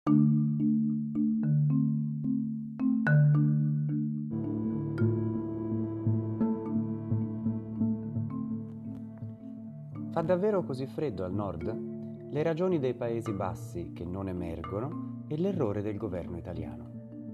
Fa davvero così freddo al nord? Le ragioni dei Paesi Bassi che non emergono e l'errore del governo italiano.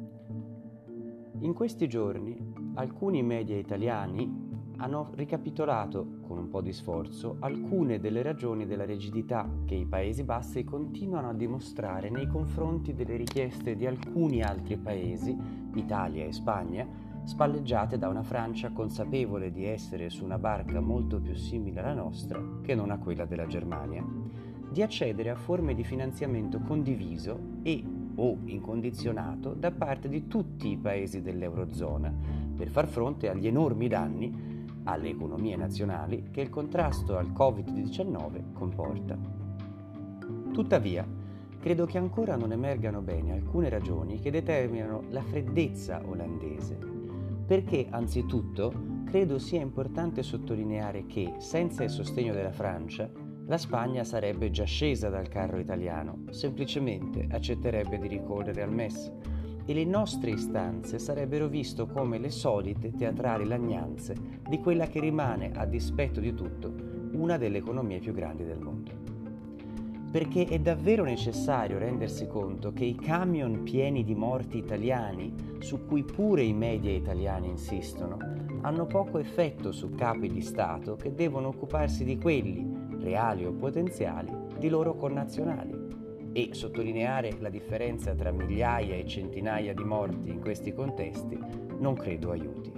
In questi giorni alcuni media italiani hanno ricapitolato, con un po' di sforzo, alcune delle ragioni della rigidità che i Paesi Bassi continuano a dimostrare nei confronti delle richieste di alcuni altri paesi, Italia e Spagna, spalleggiate da una Francia consapevole di essere su una barca molto più simile alla nostra che non a quella della Germania, di accedere a forme di finanziamento condiviso e o incondizionato da parte di tutti i paesi dell'Eurozona per far fronte agli enormi danni alle economie nazionali che il contrasto al Covid-19 comporta. Tuttavia, credo che ancora non emergano bene alcune ragioni che determinano la freddezza olandese, perché anzitutto credo sia importante sottolineare che senza il sostegno della Francia la Spagna sarebbe già scesa dal carro italiano, semplicemente accetterebbe di ricorrere al MES e le nostre istanze sarebbero viste come le solite teatrali lagnanze di quella che rimane, a dispetto di tutto, una delle economie più grandi del mondo. Perché è davvero necessario rendersi conto che i camion pieni di morti italiani, su cui pure i media italiani insistono, hanno poco effetto su capi di Stato che devono occuparsi di quelli, reali o potenziali, di loro connazionali. E sottolineare la differenza tra migliaia e centinaia di morti in questi contesti non credo aiuti.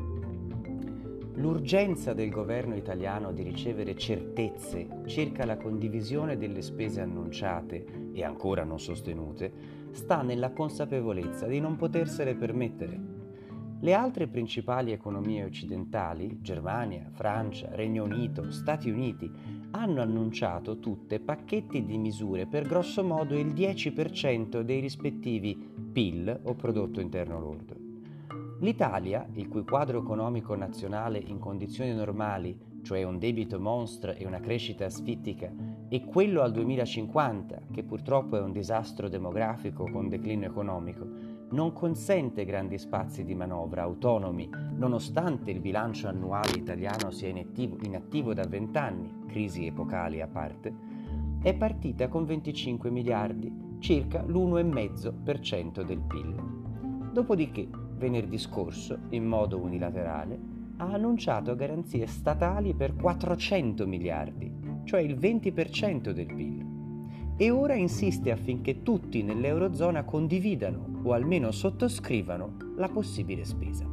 L'urgenza del governo italiano di ricevere certezze circa la condivisione delle spese annunciate e ancora non sostenute sta nella consapevolezza di non potersele permettere. Le altre principali economie occidentali, Germania, Francia, Regno Unito, Stati Uniti, hanno annunciato tutte pacchetti di misure per grosso modo il 10% dei rispettivi PIL o prodotto interno lordo. L'Italia, il cui quadro economico nazionale in condizioni normali, cioè un debito monstre e una crescita asfittica, e quello al 2050, che purtroppo è un disastro demografico con declino economico, non consente grandi spazi di manovra autonomi, nonostante il bilancio annuale italiano sia inattivo da 20 anni, crisi epocali a parte, è partita con 25 miliardi, circa l'1,5% del PIL. Dopodiché, venerdì scorso, in modo unilaterale, ha annunciato garanzie statali per 400 miliardi, cioè il 20% del PIL. E ora insiste affinché tutti nell'Eurozona condividano o almeno sottoscrivano la possibile spesa.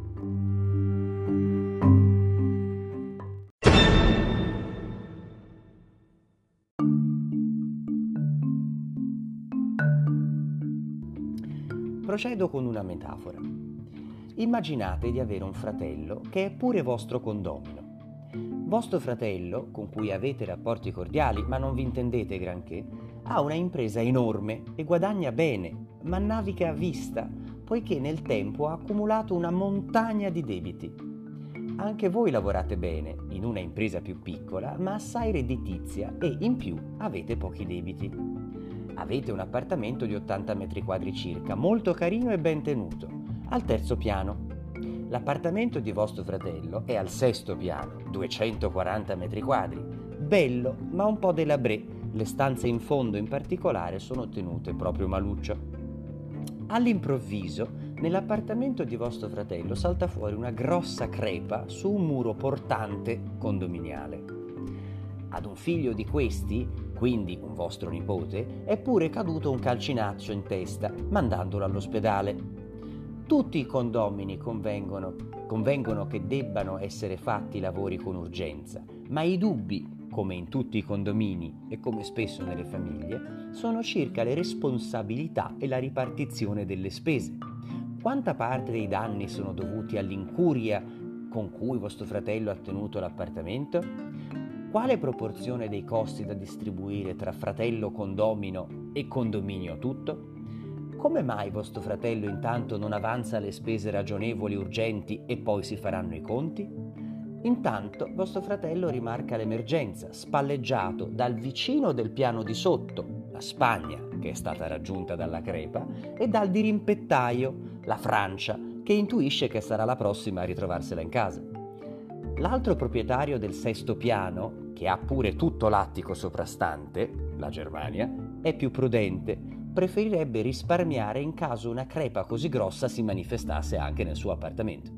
Procedo con una metafora. Immaginate di avere un fratello che è pure vostro condomino. Vostro fratello, con cui avete rapporti cordiali ma non vi intendete granché, ha una impresa enorme e guadagna bene, ma naviga a vista, poiché nel tempo ha accumulato una montagna di debiti. Anche voi lavorate bene, in una impresa più piccola, ma assai redditizia e in più avete pochi debiti. Avete un appartamento di 80 metri quadri circa, molto carino e ben tenuto, al terzo piano. L'appartamento di vostro fratello è al sesto piano, 240 metri quadri, bello ma un po' delabré, le stanze in fondo in particolare sono tenute proprio maluccio. All'improvviso, nell'appartamento di vostro fratello salta fuori una grossa crepa su un muro portante condominiale. Ad un figlio di questi, quindi un vostro nipote, è pure caduto un calcinaccio in testa, mandandolo all'ospedale. Tutti i condomini convengono che debbano essere fatti lavori con urgenza, ma i dubbi, come in tutti i condomini e come spesso nelle famiglie, sono circa le responsabilità e la ripartizione delle spese. Quanta parte dei danni sono dovuti all'incuria con cui vostro fratello ha tenuto l'appartamento? Quale proporzione dei costi da distribuire tra fratello condomino e condominio tutto? Come mai vostro fratello intanto non avanza le spese ragionevoli urgenti e poi si faranno i conti? Intanto vostro fratello rimarca l'emergenza, spalleggiato dal vicino del piano di sotto, la Spagna, che è stata raggiunta dalla crepa, e dal dirimpettaio, la Francia, che intuisce che sarà la prossima a ritrovarsela in casa. L'altro proprietario del sesto piano, che ha pure tutto l'attico soprastante, la Germania, è più prudente, preferirebbe risparmiare in caso una crepa così grossa si manifestasse anche nel suo appartamento.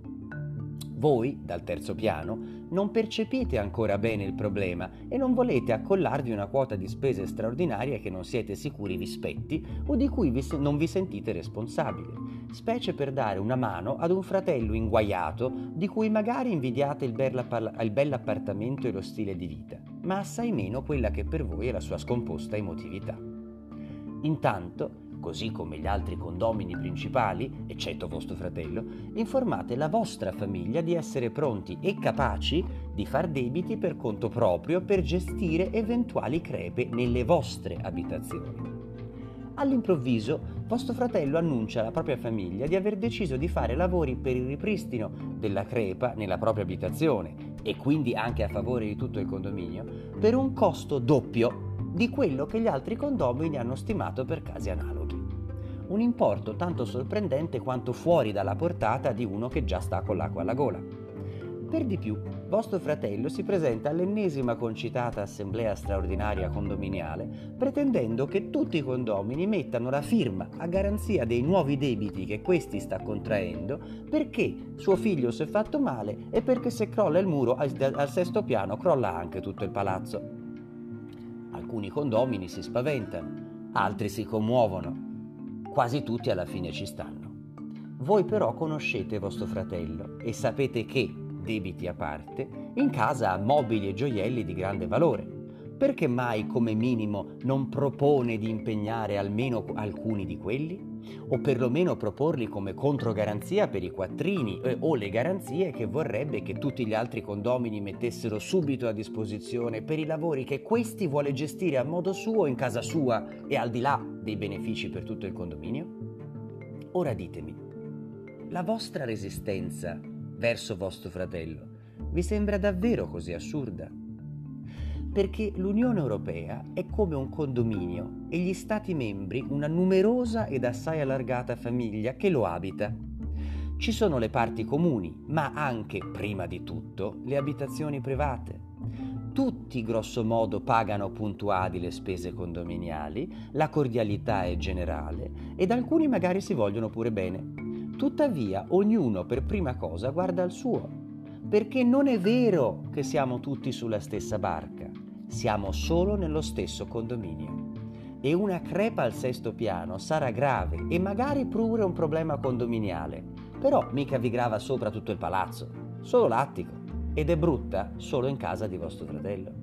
Voi, dal terzo piano, non percepite ancora bene il problema e non volete accollarvi una quota di spese straordinarie che non siete sicuri vi spetti o di cui non vi sentite responsabili, specie per dare una mano ad un fratello inguaiato di cui magari invidiate il bell'appartamento e lo stile di vita, ma assai meno quella che per voi è la sua scomposta emotività. Intanto, così come gli altri condomini principali, eccetto vostro fratello, informate la vostra famiglia di essere pronti e capaci di far debiti per conto proprio per gestire eventuali crepe nelle vostre abitazioni. All'improvviso, vostro fratello annuncia alla propria famiglia di aver deciso di fare lavori per il ripristino della crepa nella propria abitazione e quindi anche a favore di tutto il condominio, per un costo doppio di quello che gli altri condomini hanno stimato per casi analoghi. Un importo tanto sorprendente quanto fuori dalla portata di uno che già sta con l'acqua alla gola. Per di più, vostro fratello si presenta all'ennesima concitata assemblea straordinaria condominiale pretendendo che tutti i condomini mettano la firma a garanzia dei nuovi debiti che questi sta contraendo perché suo figlio si è fatto male e perché se crolla il muro al sesto piano crolla anche tutto il palazzo. Alcuni condomini si spaventano, altri si commuovono, quasi tutti alla fine ci stanno. Voi però conoscete vostro fratello e sapete che, debiti a parte, in casa ha mobili e gioielli di grande valore. Perché mai come minimo non propone di impegnare almeno alcuni di quelli? O perlomeno proporli come controgaranzia per i quattrini o le garanzie che vorrebbe che tutti gli altri condomini mettessero subito a disposizione per i lavori che questi vuole gestire a modo suo in casa sua e al di là dei benefici per tutto il condominio? Ora ditemi, la vostra resistenza verso vostro fratello vi sembra davvero così assurda? Perché l'Unione Europea è come un condominio e gli Stati membri una numerosa ed assai allargata famiglia che lo abita. Ci sono le parti comuni, ma anche, prima di tutto, le abitazioni private. Tutti grosso modo pagano puntuali le spese condominiali, la cordialità è generale ed alcuni magari si vogliono pure bene. Tuttavia ognuno per prima cosa guarda al suo. Perché non è vero che siamo tutti sulla stessa barca, siamo solo nello stesso condominio. E una crepa al sesto piano sarà grave e magari pure un problema condominiale, però mica vi grava sopra tutto il palazzo, solo l'attico, ed è brutta solo in casa di vostro fratello.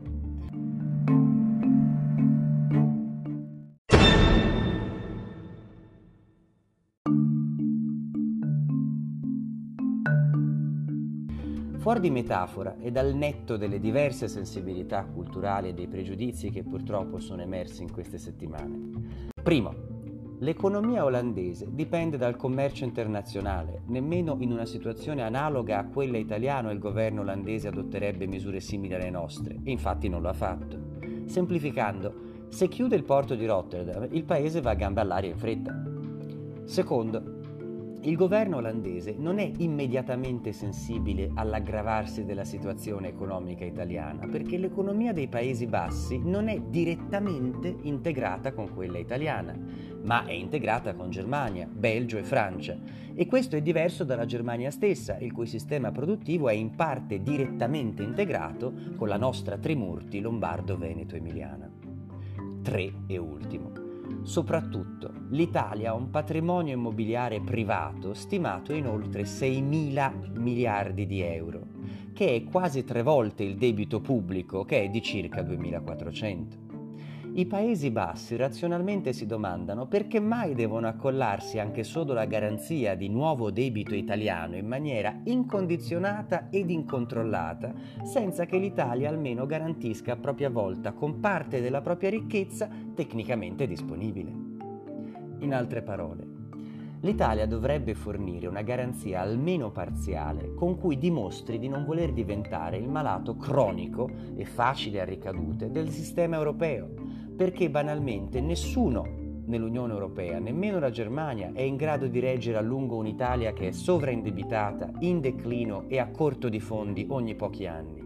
Fuori di metafora e dal netto delle diverse sensibilità culturali e dei pregiudizi che purtroppo sono emersi in queste settimane. Primo, l'economia olandese dipende dal commercio internazionale. Nemmeno in una situazione analoga a quella italiana il governo olandese adotterebbe misure simili alle nostre, e infatti non lo ha fatto. Semplificando, se chiude il porto di Rotterdam, il paese va a gambe all'aria in fretta. Secondo, il governo olandese non è immediatamente sensibile all'aggravarsi della situazione economica italiana perché l'economia dei Paesi Bassi non è direttamente integrata con quella italiana, ma è integrata con Germania, Belgio e Francia, e questo è diverso dalla Germania stessa, il cui sistema produttivo è in parte direttamente integrato con la nostra Trimurti lombardo-veneto-emiliana. 3 e ultimo. Soprattutto, l'Italia ha un patrimonio immobiliare privato stimato in oltre 6.000 miliardi di euro, che è quasi 3 volte il debito pubblico, che è di circa 2.400. I Paesi Bassi razionalmente si domandano perché mai devono accollarsi anche solo la garanzia di nuovo debito italiano in maniera incondizionata ed incontrollata, senza che l'Italia almeno garantisca a propria volta con parte della propria ricchezza tecnicamente disponibile. In altre parole, l'Italia dovrebbe fornire una garanzia almeno parziale con cui dimostri di non voler diventare il malato cronico e facile a ricadute del sistema europeo, perché banalmente nessuno nell'Unione Europea, nemmeno la Germania è in grado di reggere a lungo un'Italia che è sovraindebitata, in declino e a corto di fondi ogni pochi anni.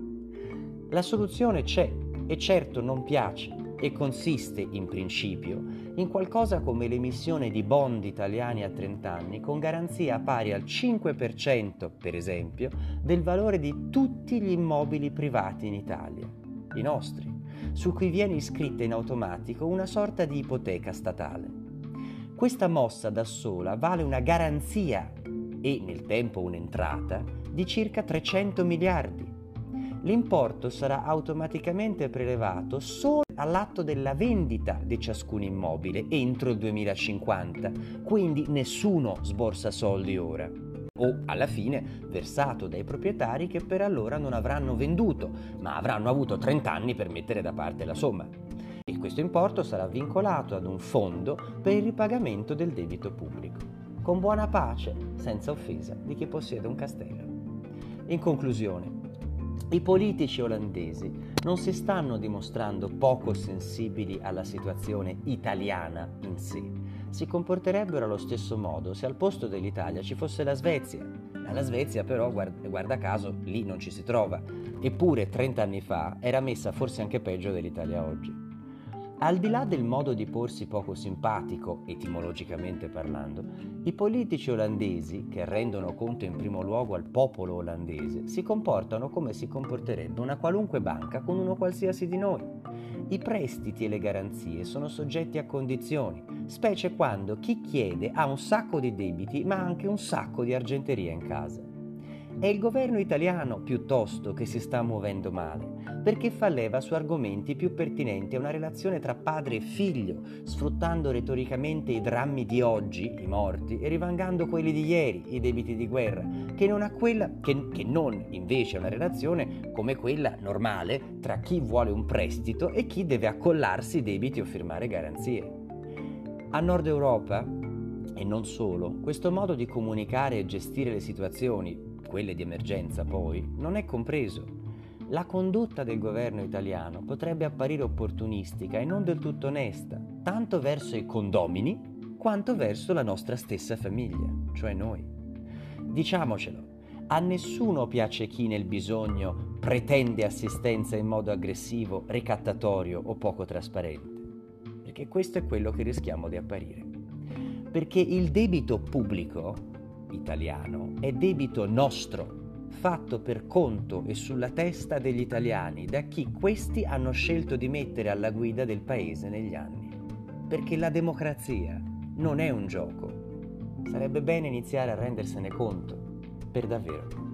La soluzione c'è e certo non piace e consiste, in principio, in qualcosa come l'emissione di bond italiani a 30 anni con garanzia pari al 5%, per esempio, del valore di tutti gli immobili privati in Italia, i nostri, su cui viene iscritta in automatico una sorta di ipoteca statale. Questa mossa da sola vale una garanzia e nel tempo un'entrata di circa 300 miliardi. L'importo sarà automaticamente prelevato solo all'atto della vendita di ciascun immobile entro il 2050, quindi nessuno sborsa soldi ora, o alla fine versato dai proprietari che per allora non avranno venduto, ma avranno avuto 30 anni per mettere da parte la somma. E questo importo sarà vincolato ad un fondo per il ripagamento del debito pubblico, con buona pace, senza offesa di chi possiede un castello. In conclusione, i politici olandesi non si stanno dimostrando poco sensibili alla situazione italiana in sé. Si comporterebbero allo stesso modo se al posto dell'Italia ci fosse la Svezia. La Svezia però, guarda caso, lì non ci si trova. Eppure 30 anni fa era messa forse anche peggio dell'Italia oggi. Al di là del modo di porsi poco simpatico, etimologicamente parlando, i politici olandesi, che rendono conto in primo luogo al popolo olandese, si comportano come si comporterebbe una qualunque banca con uno qualsiasi di noi. I prestiti e le garanzie sono soggetti a condizioni, specie quando chi chiede ha un sacco di debiti ma anche un sacco di argenteria in casa. È il governo italiano, piuttosto, che si sta muovendo male, perché fa leva su argomenti più pertinenti a una relazione tra padre e figlio, sfruttando retoricamente i drammi di oggi, i morti, e rivangando quelli di ieri, i debiti di guerra, che non invece una relazione come quella normale tra chi vuole un prestito e chi deve accollarsi i debiti o firmare garanzie. A Nord Europa, e non solo, questo modo di comunicare e gestire le situazioni, quelle di emergenza poi, non è compreso. La condotta del governo italiano potrebbe apparire opportunistica e non del tutto onesta, tanto verso i condomini quanto verso la nostra stessa famiglia, cioè noi. Diciamocelo, a nessuno piace chi nel bisogno pretende assistenza in modo aggressivo, ricattatorio o poco trasparente, perché questo è quello che rischiamo di apparire. Perché il debito pubblico italiano è debito nostro, fatto per conto e sulla testa degli italiani da chi questi hanno scelto di mettere alla guida del paese negli anni. Perché la democrazia non è un gioco. Sarebbe bene iniziare a rendersene conto, per davvero.